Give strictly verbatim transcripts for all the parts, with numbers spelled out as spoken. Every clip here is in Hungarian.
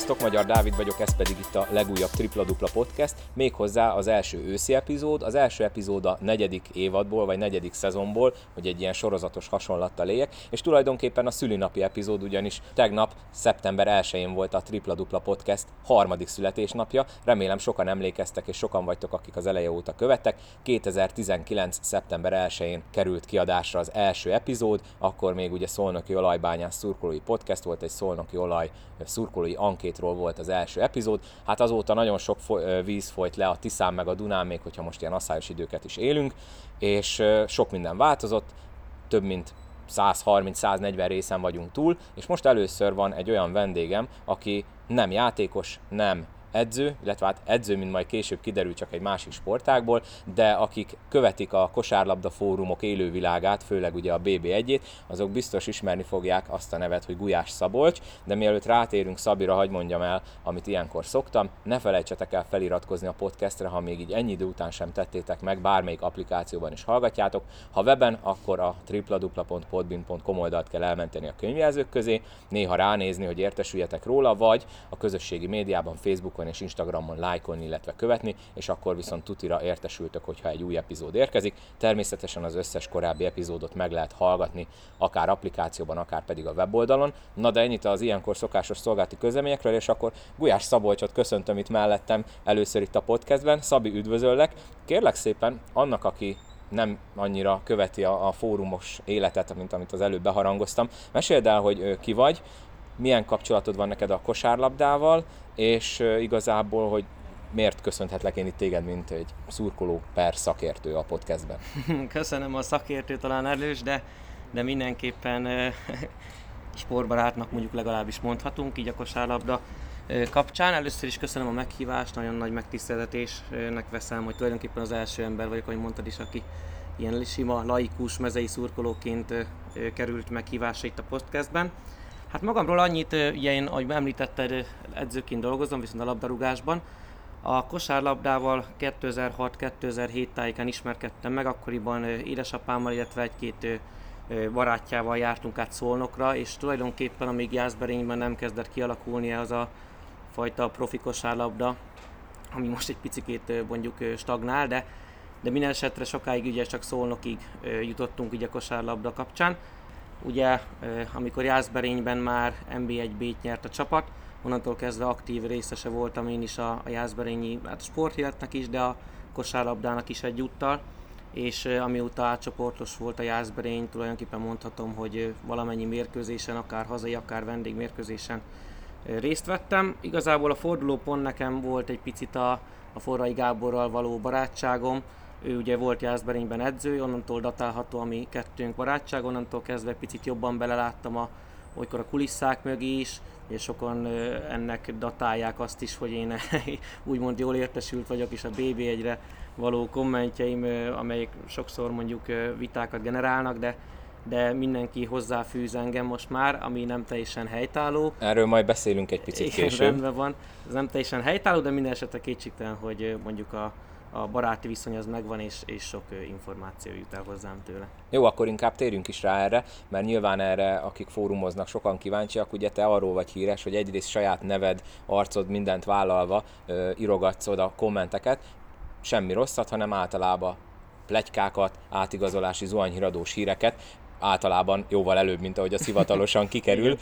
Sziasztok, Magyar Dávid vagyok, ez pedig itt a legújabb Tripla Dupla Podcast, méghozzá az első őszi epizód, az első epizód a negyedik évadból, vagy negyedik szezonból, hogy egy ilyen sorozatos hasonlattal éljek, és tulajdonképpen a szülinapi epizód, ugyanis tegnap, szeptember elsején volt a Tripla Dupla Podcast harmadik születésnapja, remélem sokan emlékeztek, és sokan vagytok, akik az eleje óta követtek. kétezer-tizenkilenc. szeptember elsején került kiadásra az első epizód, akkor még ugye Szolnoki Olajbányász szurkolói podcast volt, egy szolnoki olaj szurkolói ankétról volt az első epizód. Hát azóta nagyon sok fo- víz folyt le a Tiszán meg a Dunán, még hogyha most ilyen asszályos időket is élünk, és sok minden változott, több mint száz harminc száz negyven részen vagyunk túl, és most először van egy olyan vendégem, aki nem játékos, nem edző, illetve hát edző, mint majd később kiderül, csak egy másik sportágból, de akik követik a kosárlabda fórumok élővilágát, főleg ugye a bé bé egyét, azok biztos ismerni fogják azt a nevet, hogy Gulyás Szabolcs, de mielőtt rátérünk Szabira, hadd mondjam el, amit ilyenkor szoktam, ne felejtsetek el feliratkozni a podcastre, ha még így ennyi idő után sem tettétek meg, bármelyik applikációban is hallgatjátok. Ha weben, akkor a tripladupla pont podbean pont com oldalt kell elmenteni a könyvjelzők közé, néha ránézni, hogy értesüljetek róla, vagy a közösségi médiában, Facebook és Instagramon lájkolni, illetve követni, és akkor viszont tutira értesültök, hogyha egy új epizód érkezik. Természetesen az összes korábbi epizódot meg lehet hallgatni, akár applikációban, akár pedig a weboldalon. Na de ennyit az ilyenkor szokásos szolgálati közleményekről, és akkor Gulyás Szabolcsot köszöntöm itt mellettem először itt a podcastben. Szabi, üdvözöllek! Kérlek szépen annak, aki nem annyira követi a, a fórumos életet, mint amit az előbb beharangoztam, meséld el, hogy ki vagy, milyen kapcsolatod van neked a kosárlabdával, és igazából, hogy miért köszönhetlek én itt téged, mint egy szurkoló per szakértő a podcastben. Köszönöm, a szakértő talán erős, de, de mindenképpen uh, sportbarátnak mondjuk legalábbis mondhatunk, így a kosárlabda uh, kapcsán. Először is köszönöm a meghívást, nagyon nagy megtiszteltetésnek veszem, hogy tulajdonképpen az első ember vagyok, ahogy mondtad is, aki ilyen sima, laikus, mezei szurkolóként uh, került meghívásra itt a podcastben. Hát magamról annyit, ugye én, ahogy említetted, edzőként dolgozom, viszont a labdarúgásban. A kosárlabdával kétezer-hat kétezer-hét tájékán ismerkedtem meg, akkoriban édesapámmal, illetve egy-két barátjával jártunk át Szolnokra, és tulajdonképpen amíg Jászberényben nem kezdett kialakulni az a fajta profi kosárlabda, ami most egy picikét mondjuk stagnál, de, de minden esetre sokáig ugye csak Szolnokig jutottunk ugye a kosárlabda kapcsán. Ugye, amikor Jászberényben már en bé egy bé-t nyert a csapat, onnantól kezdve aktív részese voltam én is a, a jászberényi hát sportéletnek is, de a kosárlabdának is egyúttal, és amióta átcsoportos volt a Jászberény, tulajdonképpen mondhatom, hogy valamennyi mérkőzésen, akár hazai, akár vendégmérkőzésen részt vettem. Igazából a fordulópont nekem volt egy picit a, a Forrai Gáborral való barátságom. Ő ugye volt Jászberényben edző, onnantól datálható a mi kettőnk barátság, onnantól kezdve picit jobban beleláttam a, olykor a kulisszák mögé is, és sokan ennek datálják azt is, hogy én úgymond jól értesült vagyok, és a bé bé egyre való kommentjeim, amelyek sokszor mondjuk vitákat generálnak, de de mindenki hozzáfűz engem most már, ami nem teljesen helytálló. Erről majd beszélünk egy picit Igen, később. Rendben van, ez nem teljesen helytálló, de minden esetre kétségtelen, hogy mondjuk a a baráti viszony az megvan, és, és sok információ jut el hozzám tőle. Jó, akkor inkább térjünk is rá erre, mert nyilván erre, akik fórumoznak, sokan kíváncsiak, ugye te arról vagy híres, hogy egyrészt saját neved, arcod, mindent vállalva ö, írogatsz oda kommenteket, semmi rosszat, hanem általában pletykákat, átigazolási zuhanyhíradós híreket, általában jóval előbb, mint ahogy az hivatalosan kikerül.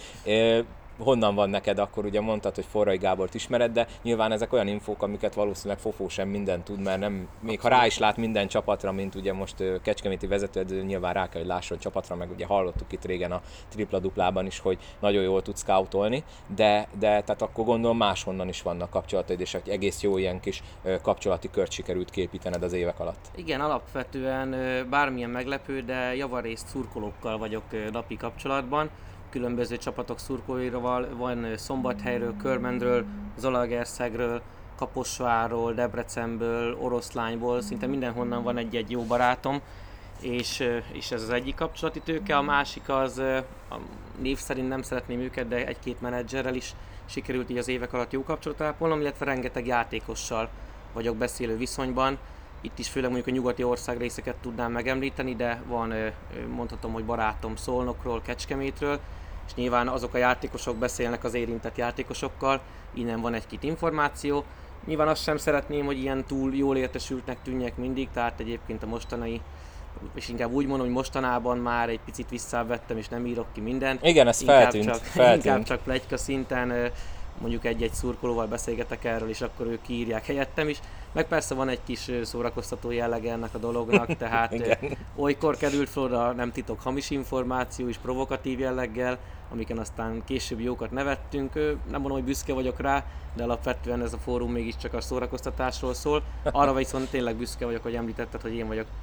Honnan van neked, akkor ugye mondtad, hogy Forrai Gábort ismered, de nyilván ezek olyan infók, amiket valószínűleg Fofó sem mindent tud, mert nem, még ha rá is lát minden csapatra, mint ugye most kecskeméti vezetőedző, nyilván rá kell, hogy lásson csapatra, meg ugye hallottuk itt régen a tripla duplában is, hogy nagyon jól tud scoutolni, de, de tehát akkor gondolom máshonnan is vannak kapcsolataid, és egy egész jó ilyen kis kapcsolati kört sikerült képítened az évek alatt. Igen, alapvetően bármilyen meglepő, de javarészt szurkolókkal vagyok napi kapcsolatban. Különböző csapatok szurkolóival, van Szombathelyről, Körmendről, Zalaegerszegről, Kaposvárról, Debrecenből, Oroszlányból, szinte mindenhonnan van egy-egy jó barátom, és, és ez az egyik kapcsolati tőke, a másik az, a név szerint nem szeretném őket, de egy-két menedzserrel is sikerült így az évek alatt jó kapcsolatot ápolnom, illetve rengeteg játékossal vagyok beszélő viszonyban. Itt is főleg mondjuk a nyugati országrészeket tudnám megemlíteni, de van, mondhatom, hogy barátom Szolnokról, Kecskemétről, és nyilván azok a játékosok beszélnek az érintett játékosokkal, innen van egy-két információ. Nyilván azt sem szeretném, hogy ilyen túl jól értesültnek tűnjek mindig, tehát egyébként a mostanai, és inkább úgy mondom, hogy mostanában már egy picit visszavettem, és nem írok ki mindent. Igen, ez inkább feltűnt, csak, feltűnt. Inkább csak pletyka szinten, mondjuk egy-egy szurkolóval beszélgetek erről, és akkor ők kiírják helyettem is. Meg persze van egy kis szórakoztató jellege ennek a dolognak, tehát olykor került fel oda, nem titok, hamis információ is provokatív jelleggel, amiken aztán később jókat nevettünk. Nem mondom, hogy büszke vagyok rá, de alapvetően ez a fórum mégiscsak a szórakoztatásról szól. Arra viszont tényleg büszke vagyok, hogy említetted, hogy én vagyok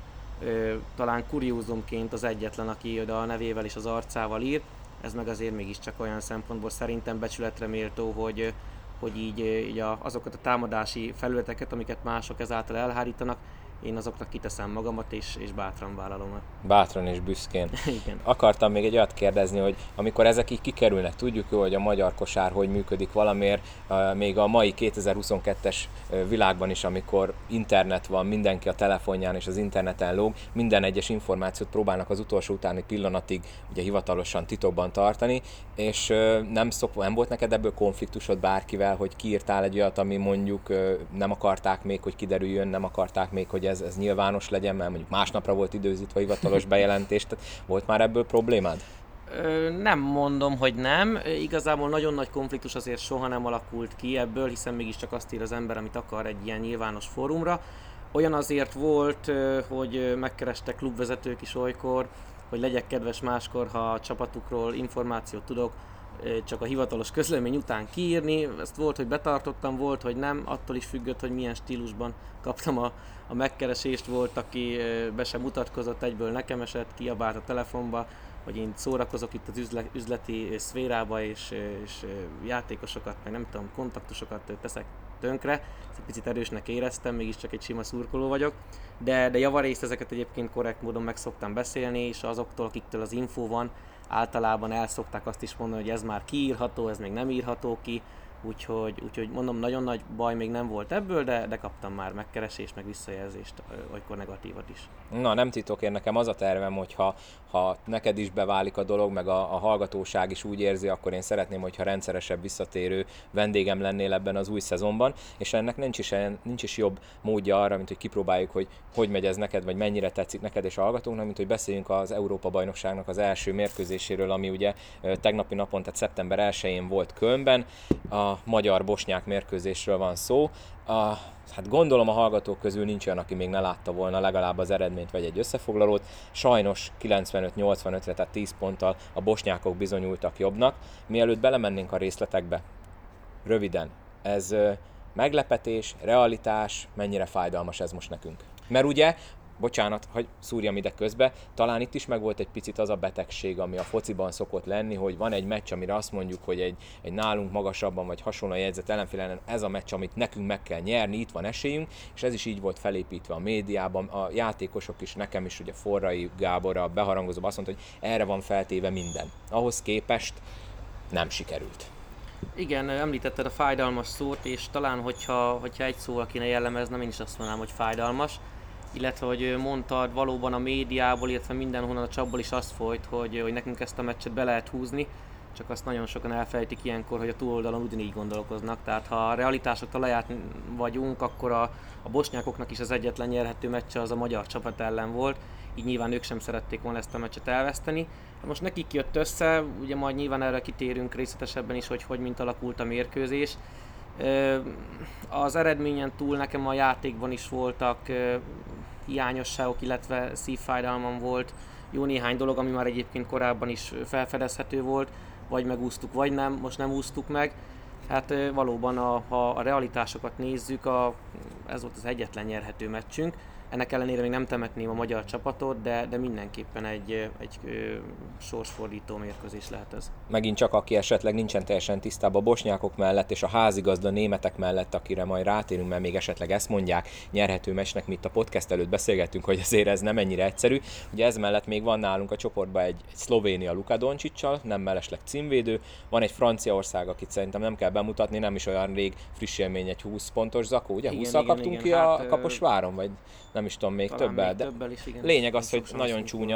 talán kuriózumként az egyetlen, aki oda a nevével és az arcával ír. Ez meg azért mégiscsak olyan szempontból szerintem becsületre méltó, hogy, hogy így, így a, azokat a támadási felületeket, amiket mások ezáltal elhárítanak, én azoknak kiteszem magamat, és, és bátran vállalom. Bátran és büszkén. Igen. Akartam még egy olyat kérdezni, hogy amikor ezek így kikerülnek, tudjuk jó, hogy a magyar kosár hogy működik valamiért, még a mai kétezer-huszonkettes világban is, amikor internet van, mindenki a telefonján és az interneten lóg, minden egyes információt próbálnak az utolsó utáni pillanatig ugye hivatalosan titokban tartani, és nem, szok, nem volt neked ebből konfliktusod bárkivel, hogy kiírtál egy olyat, ami mondjuk nem akarták még, hogy kiderüljön, nem akarták még, hogy ez, ez nyilvános legyen, mert mondjuk másnapra volt időzítve hivatalos bejelentés, tehát volt már ebből problémád? Ö, nem mondom, hogy nem. Igazából nagyon nagy konfliktus azért soha nem alakult ki ebből, hiszen mégiscsak azt ír az ember, amit akar egy ilyen nyilvános fórumra. Olyan azért volt, hogy megkerestek klubvezetők is olykor, hogy legyek kedves máskor, ha a csapatukról információt tudok, csak a hivatalos közlemény után kiírni. Ezt volt, hogy betartottam, volt, hogy nem, attól is függött, hogy milyen stílusban kaptam a, a megkeresést. Volt, aki be sem mutatkozott, egyből nekem esett, kiabált a telefonba, hogy én szórakozok itt az üzle, üzleti szférába, és, és játékosokat, meg nem tudom, kontaktusokat teszek tönkre. Ezt egy picit erősnek éreztem, mégiscsak egy sima szurkoló vagyok, de, de javarészt ezeket egyébként korrekt módon meg szoktam beszélni, és azoktól, akiktől az info van, általában el szokták azt is mondani, hogy ez már kiírható, ez még nem írható ki, úgyhogy, úgyhogy mondom, nagyon nagy baj még nem volt ebből, de, de kaptam már megkeresést, meg visszajelzést, olykor negatívat is. Na, nem titok, én nekem az a tervem, hogy ha, ha neked is beválik a dolog, meg a, a hallgatóság is úgy érzi, akkor én szeretném, hogyha rendszeresebb visszatérő vendégem lennél ebben az új szezonban, és ennek nincs is, nincs is jobb módja arra, mint hogy kipróbáljuk, hogy hogy megy ez neked, vagy mennyire tetszik neked és a hallgatóknak, mint hogy beszéljünk az Európa-bajnokságnak az első mérkőzéséről, ami ugye tegnapi napon, tehát szeptember elsején volt Kölnben. A magyar-bosnyák mérkőzésről van szó. A, hát gondolom a hallgatók közül nincs olyan, aki még ne látta volna legalább az eredményt vagy egy összefoglalót. Sajnos kilencvenöt nyolcvanötre, tehát tíz ponttal a bosnyákok bizonyultak jobbnak. Mielőtt belemennénk a részletekbe, röviden, ez meglepetés, realitás, mennyire fájdalmas ez most nekünk? Mert ugye, bocsánat, hogy szúrjam ide közbe, talán itt is megvolt egy picit az a betegség, ami a fociban szokott lenni, hogy van egy meccs, amire azt mondjuk, hogy egy, egy nálunk magasabban vagy hasonló jegyzett ellenfél ellen ez a meccs, amit nekünk meg kell nyerni, itt van esélyünk, és ez is így volt felépítve a médiában, a játékosok is, nekem is, ugye Forrai Gábor, a beharangozó azt mondta, hogy erre van feltéve minden. Ahhoz képest nem sikerült. Igen, említetted a fájdalmas szót, és talán, hogyha, hogyha egy szóval kéne jellemeznem, én is azt mondanám, hogy fájdalmas. Illetve, hogy mondtad, valóban a médiából, illetve mindenhonnan a csapból is azt folyt, hogy, hogy nekünk ezt a meccset be lehet húzni, csak azt nagyon sokan elfelejtik ilyenkor, hogy a túloldalon ugyanígy gondolkoznak. Tehát ha a realitások talaját vagyunk, akkor a, a bosnyákoknak is az egyetlen nyerhető meccse az a magyar csapat ellen volt, így nyilván ők sem szerették volna ezt a meccset elveszteni. Most nekik jött össze, ugye majd nyilván erre kitérünk részletesebben is, hogy hogy mint alakult a mérkőzés. Az eredményen túl nekem a játékban is voltak hiányosságok, illetve szívfájdalmam volt jó néhány dolog, ami már egyébként korábban is felfedezhető volt, vagy megúsztuk, vagy nem, most nem úsztuk meg. Hát valóban, a, ha a realitásokat nézzük, a, ez volt az egyetlen nyerhető meccsünk. Ennek ellenére még nem temetném a magyar csapatot, de, de mindenképpen egy, egy ö, sorsfordító mérkőzés lehet ez. Megint csak aki esetleg nincsen teljesen tisztában a bosnyákok mellett és a házigazda németek mellett, akire majd rátérünk, mert még esetleg ezt mondják nyerhető meccsnek, mi itt a podcast előtt beszélgettünk, hogy azért ez nem ennyire egyszerű. Ugye ez mellett még van nálunk a csoportban egy, egy Szlovénia Luka Doncsicsal, nem mellesleg címvédő, van egy Franciaország, akit szerintem nem kell bemutatni, nem is olyan rég friss élmény, egy húsz pontos zakó, ugye? hússzal kaptunk igen, ki hát, a Kaposváron, vagy nem is tudom, még többel, még de többel is, igen. lényeg az, hogy nagyon csúnya,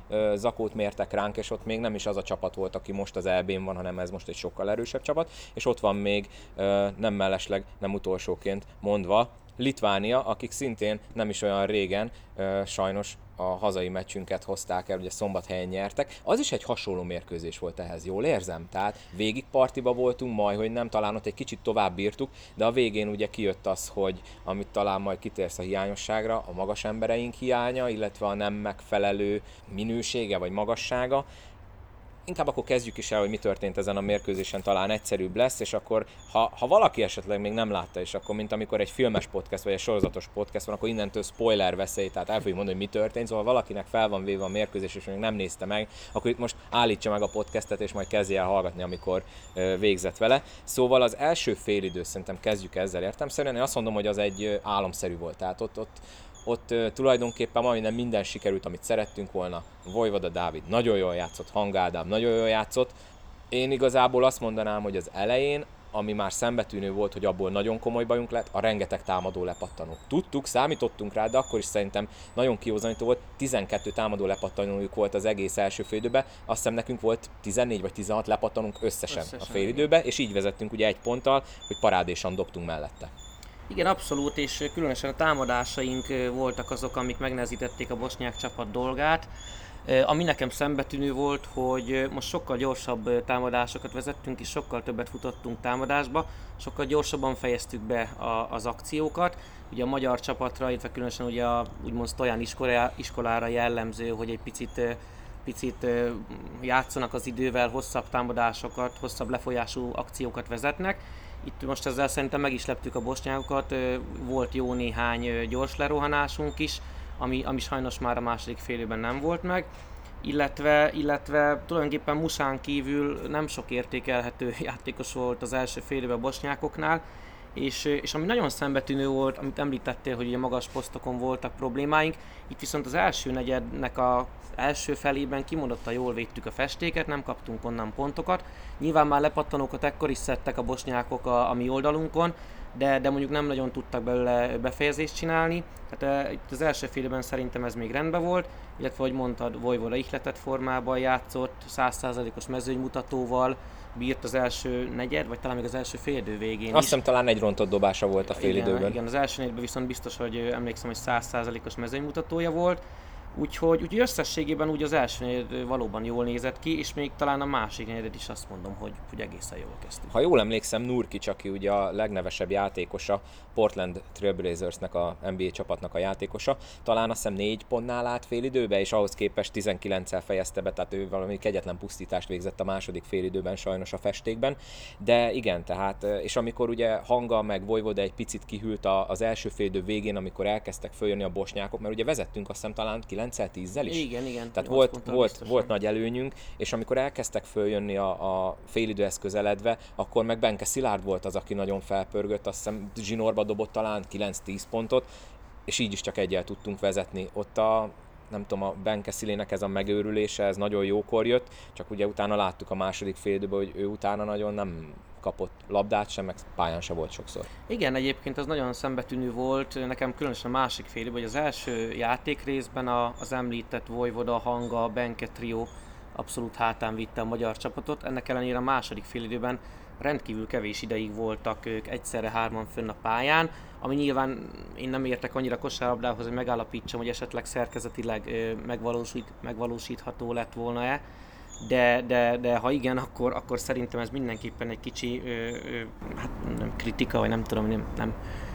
zakót mértek ránk, és ott még nem is az a csapat volt, aki most az é bén van, hanem ez most egy sokkal erősebb csapat, és ott van még nem mellesleg, nem utolsóként mondva Litvánia, akik szintén nem is olyan régen sajnos a hazai meccsünket hozták el, ugye Szombathelyen nyertek. Az is egy hasonló mérkőzés volt ehhez, jól érzem? Tehát végig partiba voltunk, majd, hogy nem, talán ott egy kicsit tovább bírtuk, de a végén ugye kijött az, hogy amit talán majd kitérsz a hiányosságra, a magas embereink hiánya, illetve a nem megfelelő minősége vagy magassága. Inkább akkor kezdjük is el, hogy mi történt ezen a mérkőzésen, talán egyszerűbb lesz, és akkor ha, ha valaki esetleg még nem látta, és akkor mint amikor egy filmes podcast vagy egy sorozatos podcast van, akkor innentől spoiler veszély, tehát el fogjuk mondani, hogy mi történt, szóval valakinek fel van véve a mérkőzés, és még nem nézte meg, akkor itt most állítsa meg a podcastet, és majd kezdje el hallgatni, amikor végzett vele. Szóval az első félidő, szerintem kezdjük ezzel értelemszerűen, én azt mondom, hogy az egy álomszerű volt, tehát ott, ott Ott uh, tulajdonképpen majdnem minden sikerült, amit szerettünk volna. Vojvoda Dávid nagyon jól játszott, Hang Ádám nagyon jól játszott. Én igazából azt mondanám, hogy az elején, ami már szembetűnő volt, hogy abból nagyon komoly bajunk lett, a rengeteg támadó lepattanók. Tudtuk, számítottunk rá, de akkor is szerintem nagyon kiózanító volt. tizenkettő támadó lepattanójuk volt az egész első félidőben, azt hiszem nekünk volt tizennégy vagy tizenhat lepattanunk összesen, összesen a félidőben, és így vezettünk ugye egy ponttal, hogy parádésan dobtunk mellette. Igen, abszolút, és különösen a támadásaink voltak azok, amik megnehezítették a bosnyák csapat dolgát. Ami nekem szembetűnő volt, hogy most sokkal gyorsabb támadásokat vezettünk, és sokkal többet futottunk támadásba, sokkal gyorsabban fejeztük be a, az akciókat. Ugye a magyar csapatra, illetve különösen ugye a úgymond Stojan iskolára jellemző, hogy egy picit, picit játszanak az idővel, hosszabb támadásokat, hosszabb lefolyású akciókat vezetnek. Itt most ezzel szerintem meg is leptük a bosnyákokat, volt jó néhány gyors lerohanásunk is, ami, ami sajnos már a második félidőben nem volt meg, illetve, illetve tulajdonképpen Musán kívül nem sok értékelhető játékos volt az első félidőben a bosnyákoknál, és, és ami nagyon szembetűnő volt, amit említettél, hogy ugye magas posztokon voltak problémáink, itt viszont az első negyednek a első felében kimondottan jól védtük a festéket, nem kaptunk onnan pontokat. Nyilván már lepattanókat ekkor is szedtek a bosnyákok a, a mi oldalunkon, de, de mondjuk nem nagyon tudtak belőle befejezést csinálni. Tehát e, itt az első félben szerintem ez még rendben volt, illetve, ahogy mondtad, Vojvoda ihletett formában játszott, száz százalékos mezőnymutatóval, bírt az első negyed, vagy talán még az első félidő végén Azt hiszem talán egy rontott dobása volt a félidőben. Igen, igen, az első negyedben viszont biztos, hogy emlékszem, hogy száz százalékos mezőnymutatója volt. Úgyhogy, úgyhogy összességében úgy az első negyed valóban jól nézett ki, és még talán a másik negyedet is azt mondom, hogy, hogy egészen jól kezdtük. Ha jól emlékszem, Nurkic, aki ugye a legnevesebb játékosa, Portland Trailblazersnek a en bé á csapatnak a játékosa, talán azt hiszem négy pontnál állt félidőbe, és ahhoz képest tizenkilenccel fejezte be, tehát ő valami kegyetlen pusztítást végzett a második félidőben sajnos a festékben. De igen, tehát, és amikor ugye Hanga meg Vojvoda egy picit kihűlt az első félidő végén, amikor elkezdtek följönni a bosnyákok, mert ugye vezettünk azt hiszem talán kilenccel tízzel is. Igen, igen. Tehát volt, volt, volt nagy előnyünk, és amikor elkezdtek följönni a, a félidőhez közeledve, akkor meg Benke Szilárd volt az, aki nagyon felpörgött, azt hiszem zsinórba dobott talán kilenc-tíz pontot, és így is csak egyel tudtunk vezetni. Ott a, nem tudom, a Benke Szilének ez a megőrülése, ez nagyon jókor jött, csak ugye utána láttuk a második félidőben, hogy ő utána nagyon nem kapott labdát sem, meg pályán se volt sokszor. Igen, egyébként az nagyon szembetűnő volt, nekem különösen a másik félidőben, hogy az első játékrészben a, az említett Vojvoda, Hanga, Benke trió abszolút hátán vitte a magyar csapatot, ennek ellenére a második félidőben rendkívül kevés ideig voltak ők egyszerre hárman fönn a pályán, ami nyilván én nem értek annyira kosárlabdához, hogy megállapítsam, hogy esetleg szerkezetileg megvalósít, megvalósítható lett volna-e, de, de, de ha igen, akkor, akkor szerintem ez mindenképpen egy kicsi ö, ö, hát nem kritika, vagy nem tudom, nem, nem,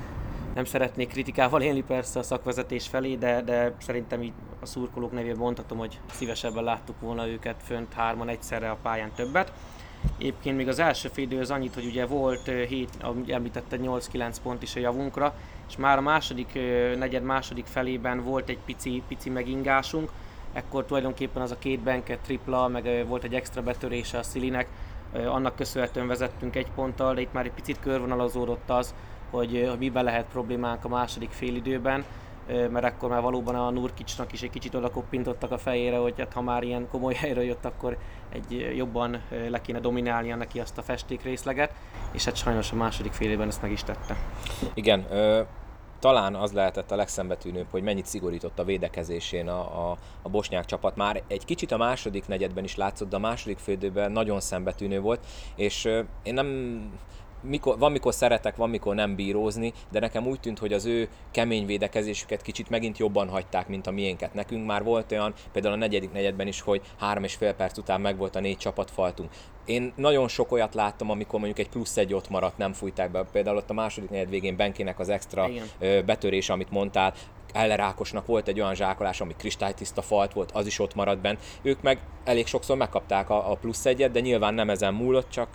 nem szeretnék kritikával élni persze a szakvezetés felé, de, de szerintem így a szurkolók nevében mondhatom, hogy szívesebben láttuk volna őket fönt hárman egyszerre a pályán többet. Egyébként még az első félidő az annyit, hogy ugye volt hét, ahogy említette, nyolc-kilenc pont is a javunkra, és már a második negyed második felében volt egy pici, pici megingásunk, ekkor tulajdonképpen az a két Benke tripla, meg volt egy extra betörése a Szilinek, annak köszönhetően vezettünk egy ponttal, de itt már egy picit körvonalazódott az, hogy, hogy miben lehet problémánk a második félidőben, mert akkor már valóban a Nurkicsnak is egy kicsit oda koppintottak a fejére, hogy hát, ha már ilyen komoly helyről jött, akkor egy jobban le kéne dominálnia neki azt a festék részleget, és hát sajnos a második félidőben ezt meg is tette. Igen, ö- talán az lehetett a legszembetűnőbb, hogy mennyit szigorított a védekezésén a, a, a bosnyák csapat. Már egy kicsit a második negyedben is látszott, de a második félidőben nagyon szembetűnő volt, és én nem... Mikor, van, mikor szeretek, van, mikor nem bírózni, de nekem úgy tűnt, hogy az ő kemény védekezésüket kicsit megint jobban hagyták, mint a miénket. Nekünk már volt olyan, például a negyedik negyedben is, hogy három és fél perc után megvolt a négy csapatfaltunk. Én nagyon sok olyat láttam, amikor mondjuk egy plusz egy ott maradt, nem fújták be. Például ott a második negyed végén Benkének az extra Igen. betörése, amit mondtál, Eller Ákosnak volt egy olyan zsákolás, ami kristálytiszta falt volt, az is ott maradt bent. Ők meg elég sokszor megkapták a, a plusz egyet, de nyilván nem ezen múlott, csak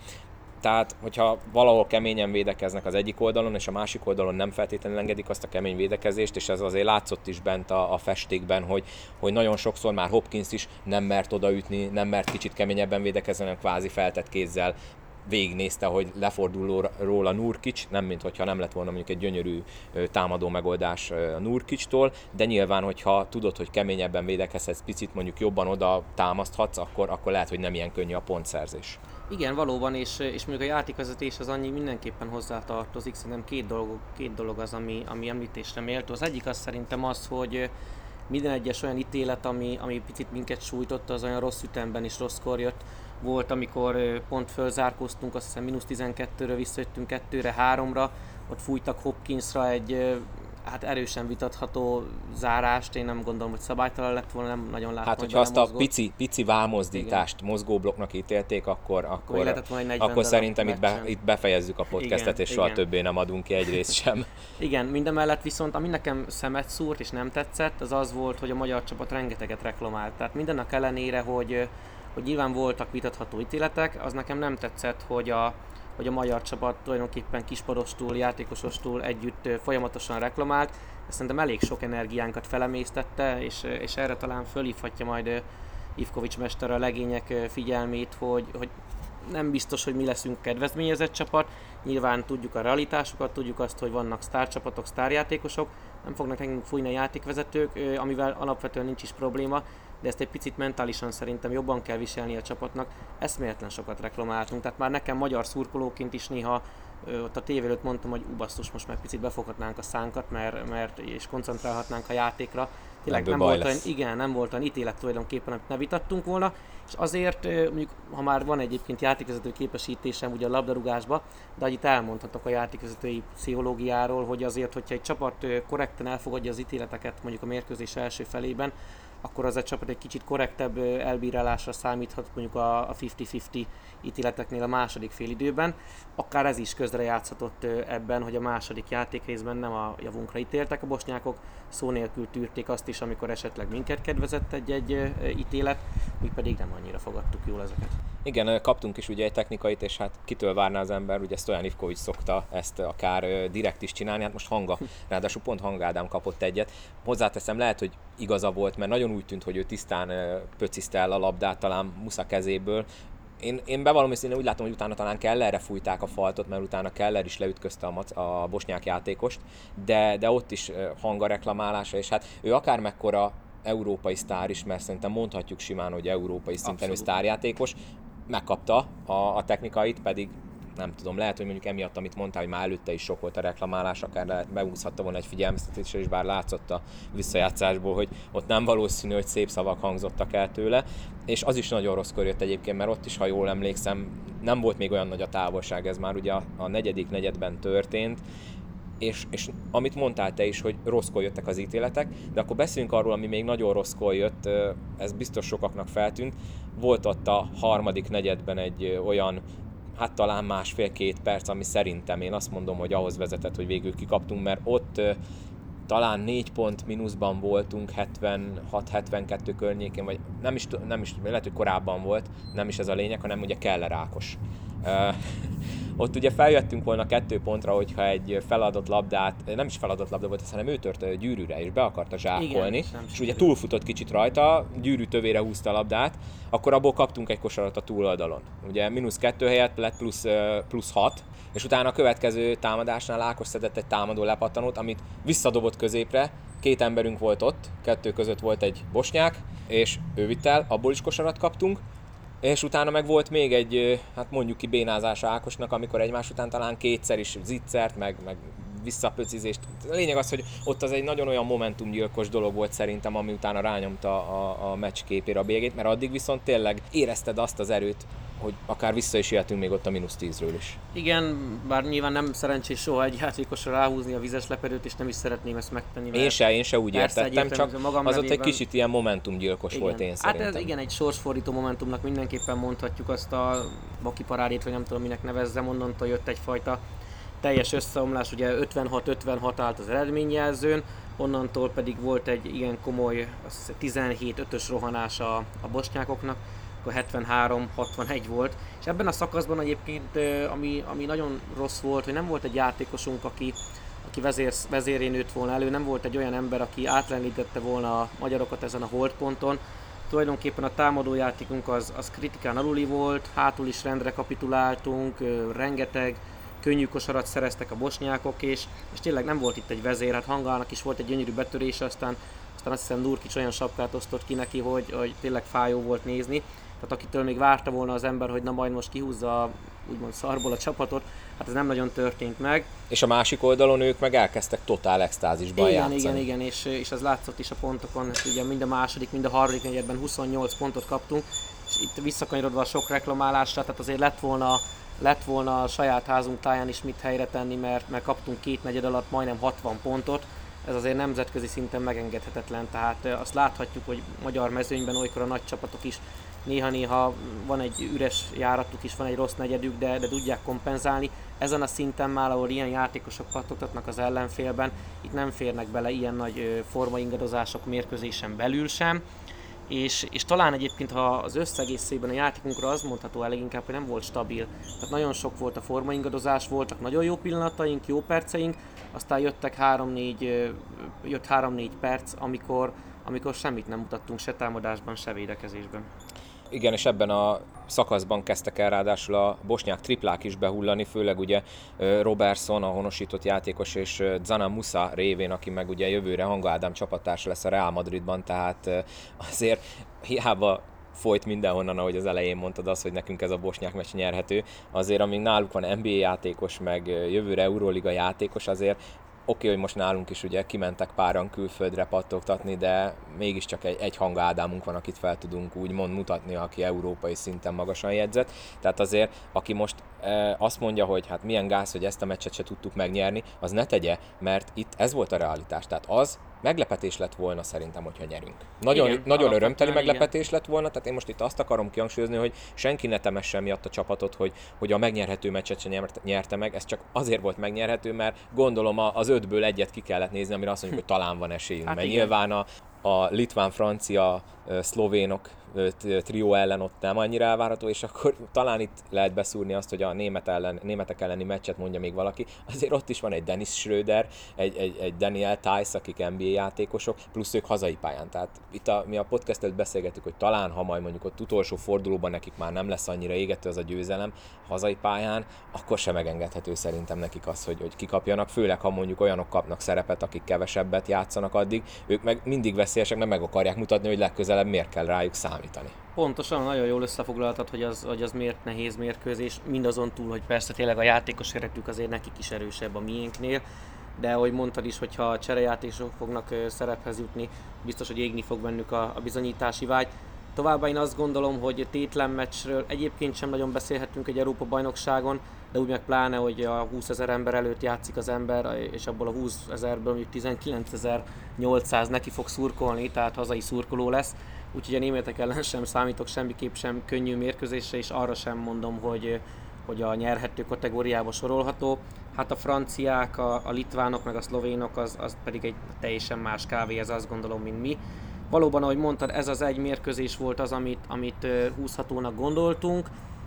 tehát, hogyha valahol keményen védekeznek az egyik oldalon, és a másik oldalon nem feltétlenül engedik azt a kemény védekezést, és ez azért látszott is bent a, a festékben, hogy, hogy nagyon sokszor már Hopkins is nem mert odaütni, nem mert kicsit keményebben védekezni, hanem kvázi feltett kézzel végignézte, hogy lefordul róla Nurkic, nem mint hogyha nem lett volna mondjuk egy gyönyörű támadó megoldás a Nurkictól, de nyilván, hogyha tudod, hogy keményebben védekezhetsz, picit mondjuk jobban oda támaszthatsz, akkor, akkor lehet, hogy nem ilyen könnyű a pontszerzés. Igen, valóban, és, és mondjuk a játékvezetés az annyi mindenképpen hozzátartozik, szerintem két dolog, két dolog az, ami, ami említésre méltó. Az egyik az szerintem az, hogy minden egyes olyan ítélet, ami, ami picit minket sújtott, az olyan rossz ütemben és rosszkor jött. Volt, amikor pont fölzárkóztunk, azt hiszem mínusz tizenkettőről visszajöttünk kettőre, háromra, ott fújtak Hopkinsra egy hát erősen vitatható zárást, én nem gondolom, hogy szabálytalan lett volna, nem nagyon láttam, hát, hogyha azt a pici, pici válmozdítást Igen. mozgóblokknak ítélték, akkor, akkor, akkor, akkor szerintem itt, be, itt befejezzük a podcastet, Igen, és soha Igen. többé nem adunk ki egy részt sem. Igen, mindemellett viszont, ami nekem szemet szúrt és nem tetszett, az az volt, hogy a magyar csapat rengeteget reklamált. Tehát mindennek ellenére, hogy, hogy nyilván voltak vitatható ítéletek, az nekem nem tetszett, hogy a hogy a magyar csapat tulajdonképpen kispadostól, játékosostól együtt folyamatosan reklamált. Ezt szerintem elég sok energiánkat felemésztette, és, és erre talán fölhívhatja majd Ivkovics mester a legények figyelmét, hogy, hogy nem biztos, hogy mi leszünk kedvezményezett csapat. Nyilván tudjuk a realitásokat, tudjuk azt, hogy vannak sztárcsapatok, sztárjátékosok, nem fognak nekünk fújni a játékvezetők, amivel alapvetően nincs is probléma, de ezt egy picit mentálisan szerintem jobban kell viselni a csapatnak. Eszméletlen sokat reklamáltunk, tehát már nekem magyar szurkolóként is néha ö, ott a tévé előtt mondtam, hogy ú, basszus, most már picit befoghatnánk a szánkat, mert, mert és koncentrálhatnánk a játékra. Tényleg nem volt, olyan, igen, nem volt olyan ítélet tulajdonképpen, amit ne vitattunk volna, és azért, mondjuk, ha már van egyébként játékvezető képesítésem ugye a labdarúgásba, de itt elmondhatok a játékvezetői pszichológiáról, hogy azért, hogyha egy csapat korrekten elfogadja az ítéleteket mondjuk a mérkőzés első felében, akkor az a csapat egy kicsit korrektebb elbírálásra számíthat mondjuk a fifty-fifty ítéleteknél a második félidőben. Akár ez is közrejátszhatott ebben, hogy a második játékrészben nem a javunkra ítéltek a bosnyákok, szó nélkül tűrték azt is, amikor esetleg minket kedvezett egy-egy ítélet, mi pedig nem annyira fogadtuk jól ezeket. Igen, kaptunk is ugye egy technikait, és hát kitől várná az ember, ugye Stojan Ivkovics szokta ezt akár direkt is csinálni, hát most Hanga, ráadásul pont Hanga Ádám kapott egyet. Hozzáteszem, lehet, hogy igaza volt, mert nagyon úgy tűnt, hogy ő tisztán pöciszte el a labdát, talán Musza kezéből. Én, én bevallom, és én úgy látom, hogy utána talán Kellerre fújták a faltot, mert utána Keller is leütközte a, a bosnyák játékost, de, de ott is Hanga reklamálása, és hát ő akármekkora európai sztár is, mert szerintem mondhatjuk simán, hogy európai szinten ő sztárjátékos, megkapta a, a technikait, pedig nem tudom, lehet, hogy mondjuk emiatt, amit mondtál, hogy már előtte is sok volt a reklamálás, akár lehet, beúszhatta volna egy figyelmeztetésre, és bár látszott a visszajátszásból, hogy ott nem valószínű, hogy szép szavak hangzottak el tőle, és az is nagyon rosszkor jött egyébként, mert ott is, ha jól emlékszem, nem volt még olyan nagy a távolság, ez már ugye a, a negyedik negyedben történt, És, és amit mondtál te is, hogy rosszkor jöttek az ítéletek, de akkor beszéljünk arról, ami még nagyon rosszkor jött, ez biztos sokaknak feltűnt. Volt ott a harmadik negyedben egy olyan, hát talán másfél-két perc, ami szerintem én azt mondom, hogy ahhoz vezetett, hogy végül kikaptunk, mert ott talán négy pont mínuszban voltunk, hetvenhat hetvenkettő környékén, vagy nem is, nem is, lehet, hogy korábban volt, nem is ez a lényeg, hanem ugye Keller Ákos. Uh, ott ugye feljöttünk volna kettő pontra, hogyha egy feladott labdát, nem is feladott labda volt, hanem ő tört a gyűrűre, és be akarta zsákolni, igen, és ugye túlfutott kicsit rajta, gyűrű tövére húzta a labdát, akkor abból kaptunk egy kosarat a túloldalon. Ugye mínusz kettő helyett lett plusz, plusz hat, és utána a következő támadásnál Ákos szedett egy támadó lepattanót, amit visszadobott középre, két emberünk volt ott, kettő között volt egy bosnyák, és ő vitt el, abból is kosarat kaptunk, és utána meg volt még egy, hát mondjuk ki bénázás Ákosnak, amikor egymás után talán kétszer is zicsert, meg, meg visszapöcizést. A lényeg az, hogy ott az egy nagyon olyan momentumgyilkos dolog volt szerintem, ami utána rányomta a, a meccs képére a bélyegét, mert addig viszont tényleg érezted azt az erőt, hogy akár vissza is jöhetünk még ott a mínusz tízről is. Igen, bár nyilván nem szerencsés soha egy játékosra ráhúzni a vizes lepedőt, és nem is szeretném ezt megtenni. Én se, én se úgy értettem, csak az ott egy nevében... kicsit ilyen momentumgyilkos volt én szerintem. Hát ez igen, egy sorsfordító momentumnak mindenképpen mondhatjuk azt a Baki parádét, vagy nem tudom minek nevezzem, onnantól jött egyfajta teljes összeomlás, ugye ötvenhat ötvenhat állt az eredményjelzőn, onnantól pedig volt egy igen komoly tizenhét ötös rohanás a, a bosnyákoknak, akkor hetvenhárom hatvanegy volt, és ebben a szakaszban egyébként, ami, ami nagyon rossz volt, hogy nem volt egy játékosunk, aki, aki vezér, vezéré nőtt volna elő, nem volt egy olyan ember, aki átlendítette volna a magyarokat ezen a holdponton. Tulajdonképpen a támadójátékunk az, az kritikán aluli volt, hátul is rendre kapituláltunk, rengeteg könnyű kosarat szereztek a bosnyákok, és, és tényleg nem volt itt egy vezér, hát Hangának is volt egy gyönyörű betörés, aztán, aztán azt hiszem Nurkic olyan sapkát osztott ki neki, hogy, hogy tényleg fájó volt nézni. Tehát akitől még várta volna az ember, hogy na majd most kihúzza úgymond szarból a csapatot, hát ez nem nagyon történt meg. És a másik oldalon ők meg elkezdtek totál extázisban igen, játszani. Igen, igen, és, és ez látszott is a pontokon, hát ugye mind a második, mind a harmadik negyedben huszonnyolc pontot kaptunk, és itt visszakanyarodva a sok reklamálásra, tehát azért lett volna, lett volna a saját házunk táján is mit helyre tenni, mert, mert kaptunk két negyed alatt majdnem hatvan pontot, ez azért nemzetközi szinten megengedhetetlen, tehát azt láthatjuk, hogy magyar mezőnyben olykor a nagy csapatok is néha-néha van egy üres járatuk is, van egy rossz negyedük, de, de tudják kompenzálni. Ezen a szinten már, ahol ilyen játékosok pattogtatnak az ellenfélben, itt nem férnek bele ilyen nagy formaingadozások mérkőzésen belül sem. És, és talán egyébként, ha az összegészében a játékunkra az mondható el leginkább, hogy nem volt stabil. Tehát nagyon sok volt a formaingadozás, voltak nagyon jó pillanataink, jó perceink, aztán jöttek három-négy, jött három-négy perc, amikor, amikor semmit nem mutattunk se támadásban, se védekezésben. Igen, és ebben a szakaszban kezdtek el ráadásul a bosnyák triplák is behullani, főleg ugye Robertson, a honosított játékos, és Zana Musa révén, aki meg ugye jövőre Hanga Ádám csapattársa lesz a Real Madridban, tehát azért hiába folyt mindenhonnan, ahogy az elején mondtad, az, hogy nekünk ez a bosnyák meccs nyerhető, azért amíg náluk van en bé á játékos, meg jövőre Euróliga játékos, azért oké, okay, hogy most nálunk is ugye kimentek páran külföldre pattogtatni, de mégiscsak egy, egy Hanga Ádámunk van, akit fel tudunk úgymond mutatni, aki európai szinten magasan jegyzett. Tehát azért, aki most e, azt mondja, hogy hát milyen gáz, hogy ezt a meccset se tudtuk megnyerni, az ne tegye, mert itt ez volt a realitás. Tehát az meglepetés lett volna szerintem, hogyha nyerünk. Nagyon, igen, nagyon örömteli meglepetés igen. lett volna, tehát én most itt azt akarom kihangsúlyozni, hogy senki ne temesse miatt a csapatot, hogy, hogy a megnyerhető meccset sem nyerte meg, ez csak azért volt megnyerhető, mert gondolom az ötből egyet ki kellett nézni, amire azt mondjuk, hogy talán van esélyünk, hát mert igen. nyilván a, a litván-francia, szlovénok trió ellen ott nem annyira elvárható, és akkor talán itt lehet beszúrni azt, hogy a német ellen, németek elleni meccset mondja még valaki, azért ott is van egy Dennis Schröder, egy, egy, egy Daniel Tice, akik en bé á játékosok, plusz ők hazai pályán. Tehát itt a, mi a podcastet beszélgetünk, hogy talán, ha majd mondjuk ott utolsó fordulóban nekik már nem lesz annyira égető az a győzelem hazai pályán, akkor sem megengedhető szerintem nekik az, hogy, hogy kikapjanak, főleg ha mondjuk olyanok kapnak szerepet, akik kevesebbet játszanak addig, ők meg mindig veszélyesek, nem meg akarják mutatni, hogy legközelebb miért kell rájuk számítani. Pontosan, nagyon jól összefoglaltad, hogy az, hogy az miért nehéz mérkőzés, mindazon túl, hogy persze tényleg a játékos keretük azért nekik is erősebb a miénknél, de ahogy mondtad is, hogyha a cserejátékosok fognak szerephez jutni, biztos, hogy égni fog bennük a, a bizonyítási vágy. Továbbá én azt gondolom, hogy tétlen meccsről egyébként sem nagyon beszélhetünk egy Európa-bajnokságon, de úgy meg pláne, hogy a húszezer ember előtt játszik az ember, és abból a húszezerből mondjuk tizenkilencezer-nyolcszáz neki fog szurkolni, tehát hazai szurkoló lesz. Úgyhogy a németek ellen sem számítok semmiképp sem könnyű mérkőzésre, és arra sem mondom, hogy, hogy a nyerhető kategóriába sorolható. Hát a franciák, a, a litvánok, meg a szlovénok, az, az pedig egy teljesen más kávé, ez azt gondolom, mint mi. Valóban, ahogy mondtad, ez az egy mérkőzés volt az, amit, amit húzhatónak gondoltunk,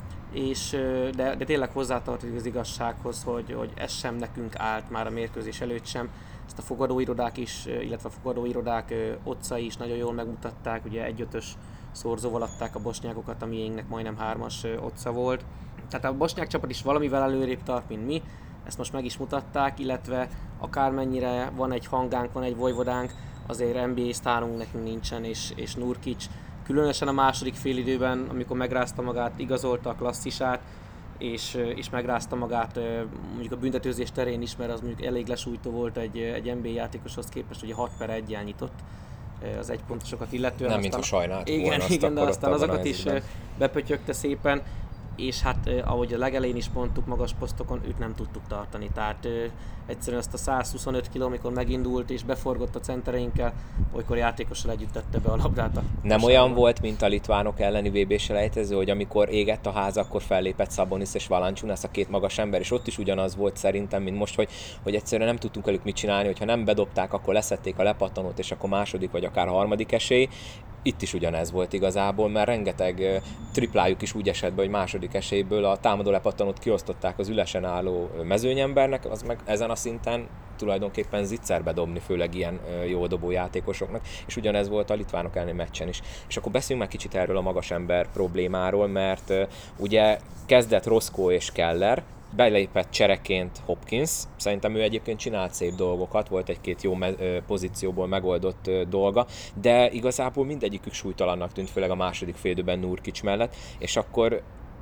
és, de, de tényleg hozzátartozik az igazsághoz, hogy, hogy ez sem nekünk állt már a mérkőzés előtt sem. Ezt a fogadóirodák is, illetve a fogadóirodák otcai is nagyon jól megmutatták, ugye egy ötös szorzóval adták a bosnyákokat, a miénknek majdnem hármas otca volt. Tehát a bosnyák csapat is valamivel előrébb tart, mint mi, ezt most meg is mutatták, illetve akármennyire van egy Hangánk, van egy Vojvodánk, azért en bé á sztárunk nekünk nincsen, és, és Nurkic különösen a második félidőben, amikor megrázta magát, igazolta a klasszisát, és, és megrázta magát mondjuk a büntetőzés terén is, mert az mondjuk elég lesújtó volt egy, egy en bé á játékoshoz képest, hogy hat per egyel nyitott az egypontosokat illetően. Nem, mintha sajnált igen, volna, igen, de aztán azokat is helyzetben bepötyögte szépen, és hát ahogy a legelején is mondtuk, magas posztokon őt nem tudtuk tartani, tehát egyszerűen ezt a száz huszonöt kiló, amikor megindult és beforgott a centereinkkel, olykor játékossal együtt tette be a labdát. A nem olyan volt, mint a litvánok elleni vé bé-selejtező, hogy amikor égett a ház, akkor fellépett Szabonis és Valanciunas, a két magas ember, és ott is ugyanaz volt szerintem, mint most, hogy, hogy egyszerűen nem tudtunk velük mit csinálni, hogyha nem bedobták, akkor leszették a lepattanót, és akkor második vagy akár harmadik esély. Itt is ugyanez volt igazából, mert rengeteg triplájuk is úgy esett be, hogy második esélyből a támadó lepattanót kiosztották az ülesen álló mezőnyembernek, az meg ezen a szinten tulajdonképpen zicserbe dobni, főleg ilyen jó dobó játékosoknak, és ugyanez volt a litvánok elleni meccsen is. És akkor beszéljünk meg kicsit erről a magas ember problémáról, mert ugye kezdett Roscoe és Keller, belépett csereként Hopkins, szerintem ő egyébként csinált szép dolgokat, volt egy-két jó me- pozícióból megoldott dolga, de igazából mindegyikük súlytalannak tűnt, főleg a második félidőben Nurkic mellett, és akkor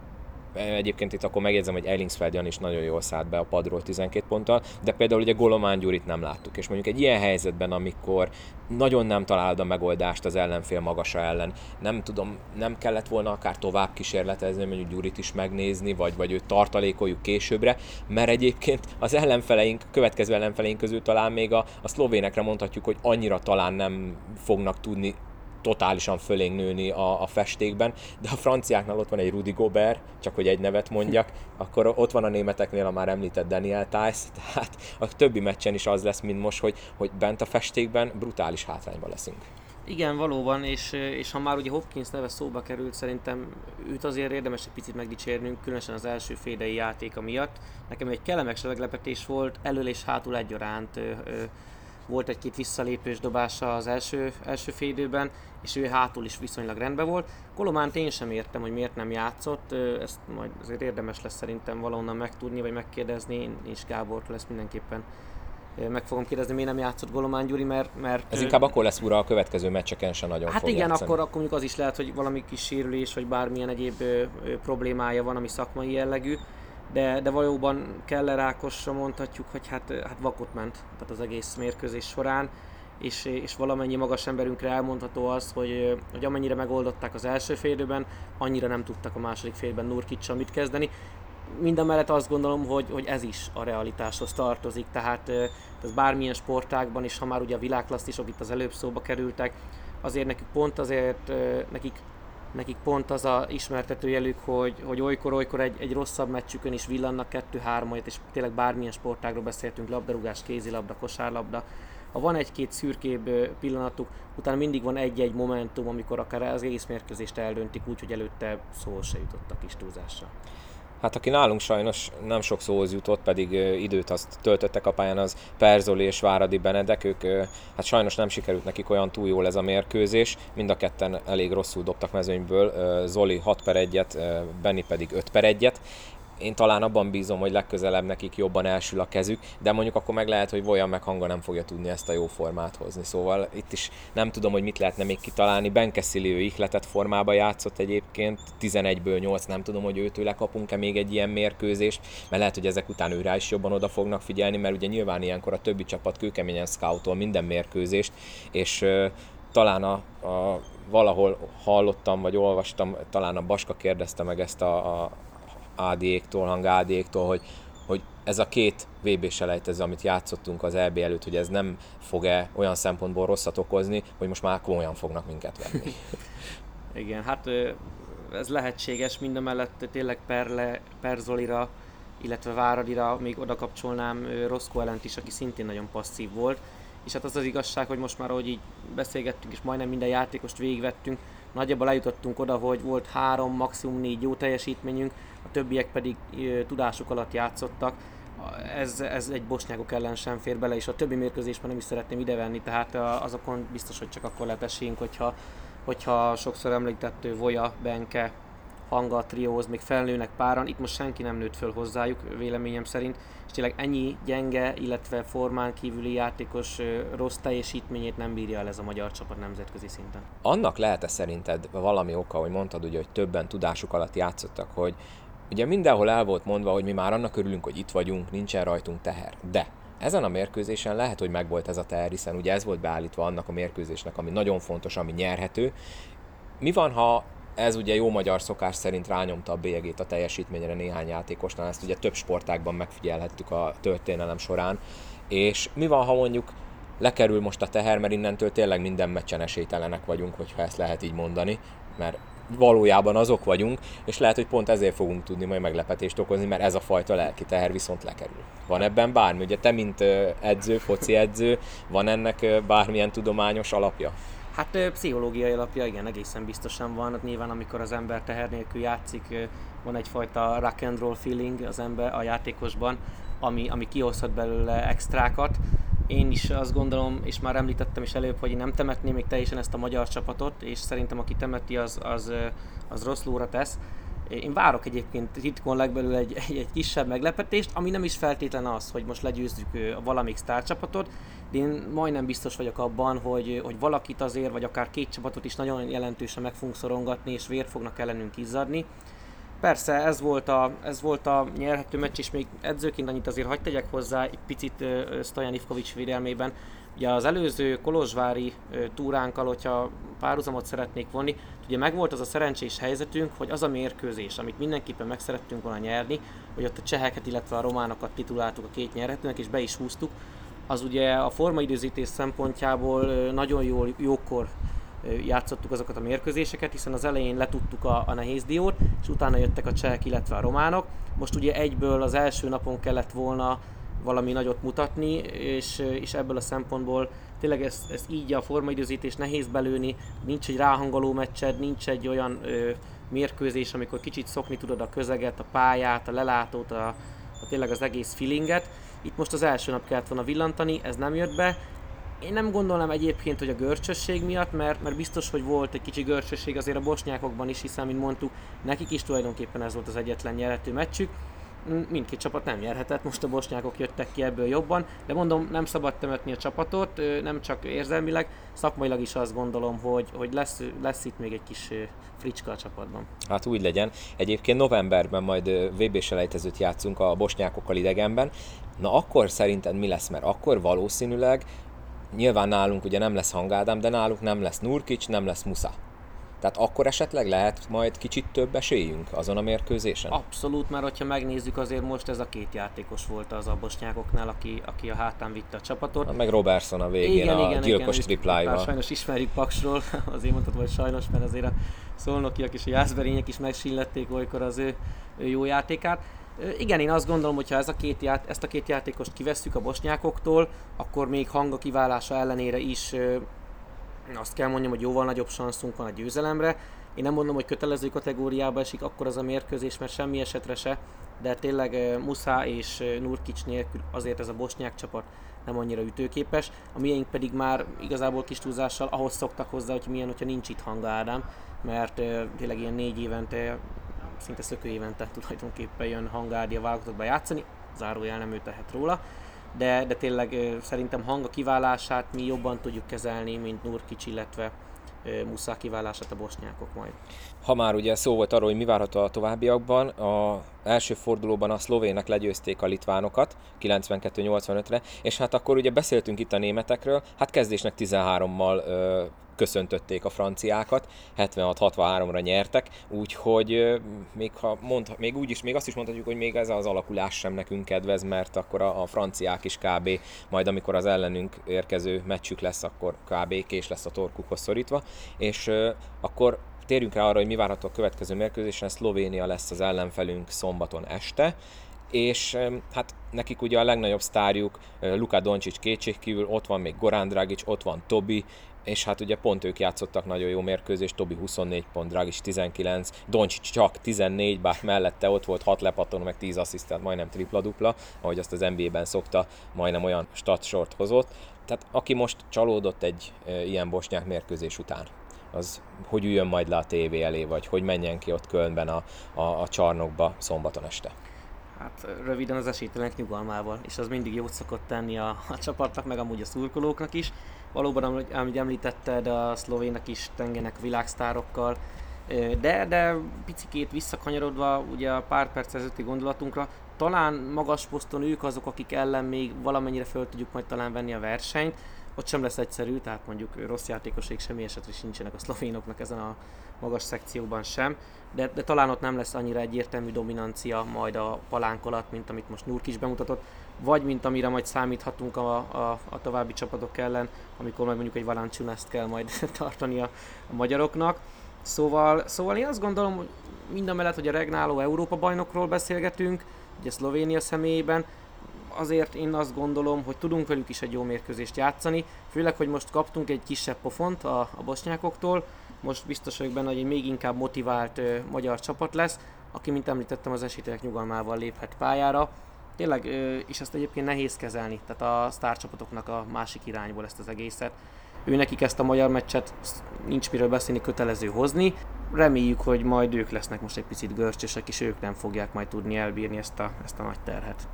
egyébként itt akkor megjegyzem, hogy Ellingsfeld is nagyon jól szállt be a padról tizenkét ponttal, de például ugye Golomán Gyurit nem láttuk, és mondjuk egy ilyen helyzetben, amikor nagyon nem találod a megoldást az ellenfél magasa ellen, nem tudom, nem kellett volna akár tovább kísérletezni, mondjuk Gyurit is megnézni, vagy, vagy őt tartalékoljuk későbbre, mert egyébként az ellenfeleink, következő ellenfeleink közül talán még a, a szlovénekre mondhatjuk, hogy annyira talán nem fognak tudni totálisan fölénk nőni a, a festékben, de a franciáknál ott van egy Rudy Gobert, csak hogy egy nevet mondjak, akkor ott van a németeknél a már említett Daniel Theis, tehát a többi meccsen is az lesz, mint most, hogy, hogy bent a festékben brutális hátrányban leszünk. Igen, valóban, és, és ha már ugye Hopkins neve szóba került, szerintem őt azért érdemes egy picit megdicsérnünk, különösen az első félidei játéka miatt. Nekem egy kellemes meglepetés volt, elől és hátul egyaránt. Ö, ö, volt egy-két visszalépős dobása az első, első félidőben, és ő hátul is viszonylag rendben volt. Kolománt én sem értem, hogy miért nem játszott, ezt majd azért érdemes lesz szerintem valahonnan megtudni, vagy megkérdezni, én is Gábortól ezt mindenképpen meg fogom kérdezni, miért nem játszott Golomán Gyuri, mert... mert Ez inkább akkor lesz ura, a következő meccseken sem nagyon hát fog igen, játszani. akkor, akkor mondjuk az is lehet, hogy valami kis sérülés, vagy bármilyen egyéb ö, ö, problémája van, ami szakmai jellegű, de, de valóban Keller Ákosra mondhatjuk, hogy hát, hát vakot ment, tehát az egész mérkőzés során, és, és valamennyi magas emberünkre elmondható az, hogy, hogy amennyire megoldották az első félidőben, annyira nem tudtak a második félben Nurkic-sal mit kezdeni. Mindamellett azt gondolom, hogy, hogy ez is a realitáshoz tartozik, tehát ez bármilyen sportágban is, ha már ugye a világklasszisok itt az előbb szóba kerültek, azért nekik pont azért, nekik, nekik pont az a ismertetőjelük, hogy, hogy olykor-olykor egy, egy rosszabb meccsükön is villannak kettő-három, és tényleg bármilyen sportágról beszéltünk, labdarúgás, kézilabda, kosárlabda. Ha van egy-két szürkébb pillanatuk, utána mindig van egy-egy momentum, amikor akár az egész mérkőzést eldöntik úgy, hogy előtte szó se jutott a kis túlzásra. Hát aki nálunk sajnos nem sok szóhoz jutott, pedig időt azt töltöttek a pályán, az Perzoli és Váradi Benedek, ők hát sajnos nem sikerült nekik olyan túl jól ez a mérkőzés, mind a ketten elég rosszul dobtak mezőnyből, Zoli hat per egyet, Benni pedig öt per egyet. Én talán abban bízom, hogy legközelebb nekik jobban elsül a kezük, de mondjuk akkor meg lehet, hogy Voljan meg Hanga nem fogja tudni ezt a jó formát hozni. Szóval itt is nem tudom, hogy mit lehetne még kitalálni. Benkeszili ő ihletett formába játszott egyébként, tizenegyből nyolc, nem tudom, hogy őtőle kapunk-e még egy ilyen mérkőzést, mert lehet, hogy ezek után őrá is jobban oda fognak figyelni, mert ugye nyilván ilyenkor a többi csapat kőkeményen scoutol minden mérkőzést, és uh, talán a, a, valahol hallottam, vagy olvastam, talán a Baska kérdezte meg ezt a, a Ádiéktól, Hang Ádiéktól, hogy, hogy ez a két vé bé-selejtező, amit játszottunk az é bé előtt, hogy ez nem fog-e olyan szempontból rosszat okozni, hogy most már komolyan fognak minket venni. Igen, hát ez lehetséges, mindemellett tényleg Perle, Perzolira, illetve Váradira még oda kapcsolnám Roscoe ellent is, aki szintén nagyon passzív volt. És hát az az igazság, hogy most már, ahogy így beszélgettünk, és majdnem minden játékost végigvettünk, nagyjából eljutottunk oda, hogy volt három, maximum négy jó teljesítményünk, a többiek pedig e, tudásuk alatt játszottak. Ez, ez egy bosnyákok ellen sem fér bele, és a többi mérkőzésben nem is szeretném idevenni, tehát azokon biztos, hogy csak akkor lehet esélyünk, hogyha, hogyha sokszor említett Voja, Benke, Hanga, trióhoz még felnőnek páran. Itt most senki nem nőtt föl hozzájuk, véleményem szerint, és tényleg ennyi gyenge, illetve formán kívüli játékos rossz teljesítményét nem bírja el ez a magyar csapat nemzetközi szinten. Annak lehet-e szerinted valami oka, hogy mondtad ugye, hogy többen tudásuk alatt játszottak, hogy ugye mindenhol el volt mondva, hogy mi már annak örülünk, hogy itt vagyunk, nincsen rajtunk teher. De ezen a mérkőzésen lehet, hogy megvolt ez a teher, hiszen ugye ez volt beállítva annak a mérkőzésnek, ami nagyon fontos, ami nyerhető. Mi van, ha ez ugye jó magyar szokás szerint rányomta a bélyegét a teljesítményre néhány játékosnál, ezt ugye több sportágban megfigyelhettük a történelem során, és mi van, ha mondjuk lekerül most a teher, mert innentől tényleg minden meccsen esélytelenek vagyunk, hogyha ezt lehet így mondani, mert valójában azok vagyunk, és lehet, hogy pont ezért fogunk tudni majd meglepetést okozni, mert ez a fajta lelki teher viszont lekerül. Van ebben bármi? Ugye te, mint edző, foci edző, van ennek bármilyen tudományos alapja? Hát pszichológiai alapja, igen, egészen biztosan van. Nyilván amikor az ember teher nélkül játszik, van egyfajta rock and roll feeling az ember a játékosban, ami, ami kihozhat belőle extrákat. Én is azt gondolom, és már említettem is előbb, hogy én nem temetném még teljesen ezt a magyar csapatot, és szerintem aki temeti, az, az, az rossz lóra tesz. Én várok egyébként ritkon legbelül egy, egy, egy kisebb meglepetést, ami nem is feltétlen az, hogy most legyőzzük valamelyik sztárcsapatot, de én majdnem biztos vagyok abban, hogy, hogy valakit azért, vagy akár két csapatot is nagyon jelentősen meg fogunk szorongatni, és vért fognak ellenünk izzadni. Persze, ez volt a, ez volt a nyerhető meccs, és még edzőként annyit azért hadd tegyek hozzá egy picit uh, Stojan Ivkovics védelmében. Ugye az előző kolozsvári uh, túránkkal, hogyha párhuzamot szeretnék vonni, ugye megvolt az a szerencsés helyzetünk, hogy az a mérkőzés, amit mindenképpen meg szerettünk volna nyerni, hogy ott a cseheket, illetve a románokat tituláltuk a két nyerhetőnek, és be is húztuk, az ugye a formaidőzítés szempontjából uh, nagyon jól, jókor játszottuk azokat a mérkőzéseket, hiszen az elején letudtuk a, a nehéz diót, és utána jöttek a csehek, illetve a románok. Most ugye egyből az első napon kellett volna valami nagyot mutatni, és, és ebből a szempontból tényleg ez, ez így a formaidőzítés nehéz belőni, nincs egy ráhangoló meccsed, nincs egy olyan ö, mérkőzés, amikor kicsit szokni tudod a közeget, a pályát, a lelátót, a, a tényleg az egész feelinget. Itt most az első nap kellett volna villantani, ez nem jött be. Én nem gondolom egyébként, hogy a görcsösség miatt, mert, mert biztos, hogy volt egy kicsi görcsösség azért a bosnyákokban is, hiszen, mint mondtuk, nekik is tulajdonképpen ez volt az egyetlen nyerhető meccsük. Mindkét csapat nem nyerhetett, most a bosnyákok jöttek ki ebből jobban, de mondom, nem szabad temetni a csapatot, nem csak érzelmileg, szakmailag is azt gondolom, hogy, hogy lesz, lesz itt még egy kis fricska a csapatban. Hát úgy legyen. Egyébként novemberben majd vé bé-selejtezőt játszunk a bosnyákokkal idegenben. Na akkor szerinted mi lesz? Mert akkor valószínűleg nyilván nálunk ugye nem lesz Hangádám, de náluk nem lesz Nurkic, nem lesz Musa. Tehát akkor esetleg lehet majd kicsit több esélyünk azon a mérkőzésen? Abszolút, mert hogyha megnézzük, azért most ez a két játékos volt az a bosnyákoknál, aki, aki a hátán vitte a csapatot. Hát meg Robertson a végén igen, a igen, gyilkos igen, tripláival. Sajnos ismerjük Paksról, azért mondtad, hogy sajnos, mert azért a szolnokiak és a jászberények is megsillették olykor az ő, ő jó játékát. Igen, én azt gondolom, hogy ha ez a két ját, ezt a két játékost kivesszük a bosnyákoktól, akkor még Hanga kiválása ellenére is azt kell mondjam, hogy jóval nagyobb sanszunk van a győzelemre. Én nem mondom, hogy kötelező kategóriába esik akkor az a mérkőzés, mert semmi esetre se, de tényleg Musa és Nurkic nélkül azért ez a bosnyák csapat nem annyira ütőképes. A miénk pedig már igazából kis túlzással ahhoz szoktak hozzá, hogy milyen, hogyha nincs itt Hanga Ádám, mert tényleg ilyen négy évente, szinte szökő évente tulajdonképpen jön Hanga Ádi a válogatottba játszani, zárójel nem ő tehet róla. De, de tényleg szerintem Hanga kiválását mi jobban tudjuk kezelni, mint Nurkic, illetve Musa kiválását a bosnyákok majd. Ha már ugye szó volt arról, hogy mi várható a továbbiakban, az első fordulóban a szlovének legyőzték a litvánokat kilencvenkettő nyolcvanötre, és hát akkor ugye beszéltünk itt a németekről, hát kezdésnek tizenhárommal ö, köszöntötték a franciákat, hetvenhat hatvanháromra nyertek, úgyhogy még, ha mond, még, úgy is, még azt is mondhatjuk, hogy még ez az alakulás sem nekünk kedvez, mert akkor a, a franciák is kb. Majd amikor az ellenünk érkező meccsük lesz, akkor kb. Kés lesz a torkukhoz szorítva, és ö, akkor térjünk rá arra, hogy mi várható a következő mérkőzésen, Szlovénia lesz az ellenfelünk szombaton este, és hát nekik ugye a legnagyobb sztárjuk Luka Doncic kétségkívül, ott van még Goran Dragic, ott van Tobi, és hát ugye pont ők játszottak nagyon jó mérkőzést, Tobi huszonnégy pont, Dragic tizenkilenc, Doncic csak tizennégy, bár mellette ott volt hat lepattanó, meg tíz asszisztát, majdnem tripla-dupla, ahogy azt az en bé á-ben szokta, majdnem olyan statsort hozott. Tehát aki most csalódott egy e, ilyen bosnyák mérkőzés után, az hogy üljön majd le a tévé elé, vagy hogy menjen ki ott Kölnben a, a, a csarnokba szombaton este? Hát röviden az esélytelenek nyugalmával, és az mindig jót szokott tenni a, a csapatnak, meg amúgy a szurkolóknak is. Valóban, ahogy említetted, a szlovének is tengenek világsztárokkal, De, de picikét visszakanyarodva ugye a pár perc ezelőtti gondolatunkra, talán magas poszton ők azok, akik ellen még valamennyire föl tudjuk majd talán venni a versenyt. Ott sem lesz egyszerű, tehát mondjuk rossz játékoség semmi esetre is nincsenek a szlovénoknak ezen a magas szekcióban sem, de, de talán ott nem lesz annyira egyértelmű dominancia majd a palánk alatt, mint amit most Nurk is bemutatott, vagy mint amire majd számíthatunk a, a, a további csapatok ellen, amikor majd mondjuk egy Valanciunas-t kell majd tartani a, a magyaroknak. Szóval, szóval én azt gondolom, hogy mindamellett, hogy a regnáló Európa bajnokról beszélgetünk, ugye Szlovénia személyében, azért én azt gondolom, hogy tudunk velük is egy jó mérkőzést játszani, főleg, hogy most kaptunk egy kisebb pofont a, a bosnyákoktól, most biztos vagyok benne, hogy egy még inkább motivált ö, magyar csapat lesz, aki, mint említettem, az esélyek nyugalmával léphet pályára. Tényleg, ö, és ezt egyébként nehéz kezelni, tehát a sztárcsapatoknak a másik irányból ezt az egészet. Ő nekik ezt a magyar meccset nincs miről beszélni, kötelező hozni. Reméljük, hogy majd ők lesznek most egy picit görcsösek, és ők nem fogják majd tudni elbírni ezt a, ezt a nagy terhet.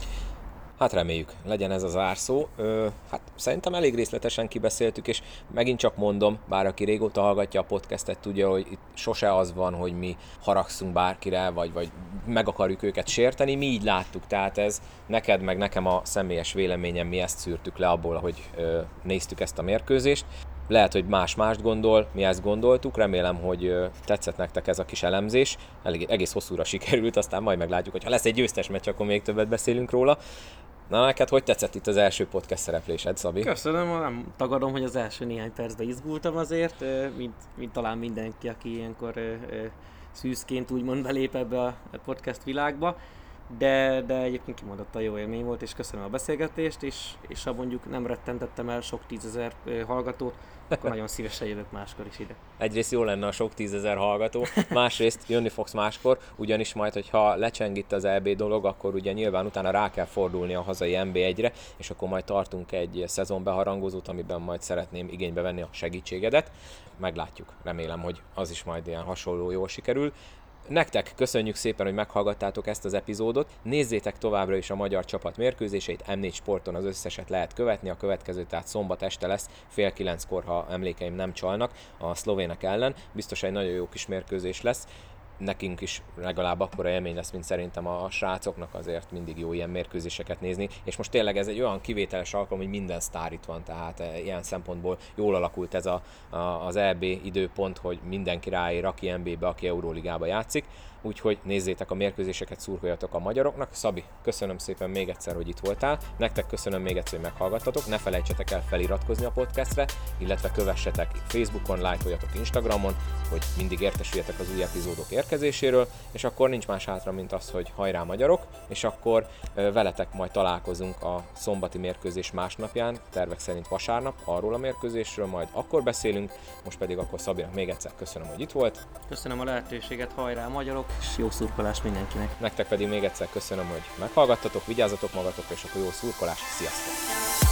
Hát reméljük, legyen ez az zárszó. Ö, hát szerintem elég részletesen kibeszéltük, és megint csak mondom, bár aki régóta hallgatja a podcastet, tudja, hogy itt sose az van, hogy mi haragszunk bárkire, vagy, vagy meg akarjuk őket sérteni, mi így láttuk, tehát ez neked meg nekem a személyes véleményem, mi ezt szűrtük le abból, hogy ö, néztük ezt a mérkőzést. Lehet, hogy más mást gondol, mi ezt gondoltuk, remélem, hogy tetszett nektek ez a kis elemzés, elég, egész hosszúra sikerült, aztán majd meglátjuk, hogy ha lesz egy győztes meccs, akkor még többet beszélünk róla. Na, neked hogy tetszett itt az első podcast szereplésed, Szabi? Köszönöm, nem tagadom, hogy az első néhány percben izgultam azért, mint, mint talán mindenki, aki ilyenkor szűzként úgymond belép ebbe a podcast világba. De, de egyébként kimondottan jó élmény volt, és köszönöm a beszélgetést, és, és ha mondjuk nem rettentettem el sok tízezer hallgatót, akkor nagyon szívesen jövök máskor is ide. Egyrészt jó lenne a sok tízezer hallgató, másrészt jönni fogsz máskor, ugyanis majd, hogyha lecseng itt az é bé dolog, akkor ugye nyilván utána rá kell fordulni a hazai en bé egyre, és akkor majd tartunk egy szezonbeharangozót, amiben majd szeretném igénybe venni a segítségedet. Meglátjuk, remélem, hogy az is majd ilyen hasonló jól sikerül. Nektek köszönjük szépen, hogy meghallgattátok ezt az epizódot, nézzétek továbbra is a magyar csapat mérkőzéseit, em négy Sporton az összeset lehet követni, a következő tehát szombat este lesz, fél kilenckor, ha emlékeim nem csalnak, a szlovének ellen, biztos egy nagyon jó kis mérkőzés lesz. Nekünk is legalább akkora élmény lesz, mint szerintem a srácoknak, azért mindig jó ilyen mérkőzéseket nézni, és most tényleg ez egy olyan kivételes alkalom, hogy minden sztár itt van, tehát ilyen szempontból jól alakult ez a, a, az é bé időpont, hogy mindenki ráér, aki en bé-be, aki Euróligába játszik, úgyhogy nézzétek a mérkőzéseket, szurkoljatok a magyaroknak. Szabi, köszönöm szépen még egyszer, hogy itt voltál, nektek köszönöm még egyszer, hogy meghallgattatok, ne felejtsetek el feliratkozni a podcastre, illetve kövessetek Facebookon, lájkoljatok Instagramon, hogy mindig értesüljetek az új epizódok érkezéséről, és akkor nincs más hátra, mint az, hogy hajrá magyarok, és akkor veletek majd találkozunk a szombati mérkőzés másnapján, tervek szerint vasárnap, arról a mérkőzésről majd akkor beszélünk, most pedig akkor Szabinak még egyszer köszönöm, hogy itt volt. Köszönöm a lehetőséget, hajrá magyarok, és jó szurkolás mindenkinek. Nektek pedig még egyszer köszönöm, hogy meghallgattatok, vigyázzatok magatokra, és akkor jó szurkolás, sziasztok!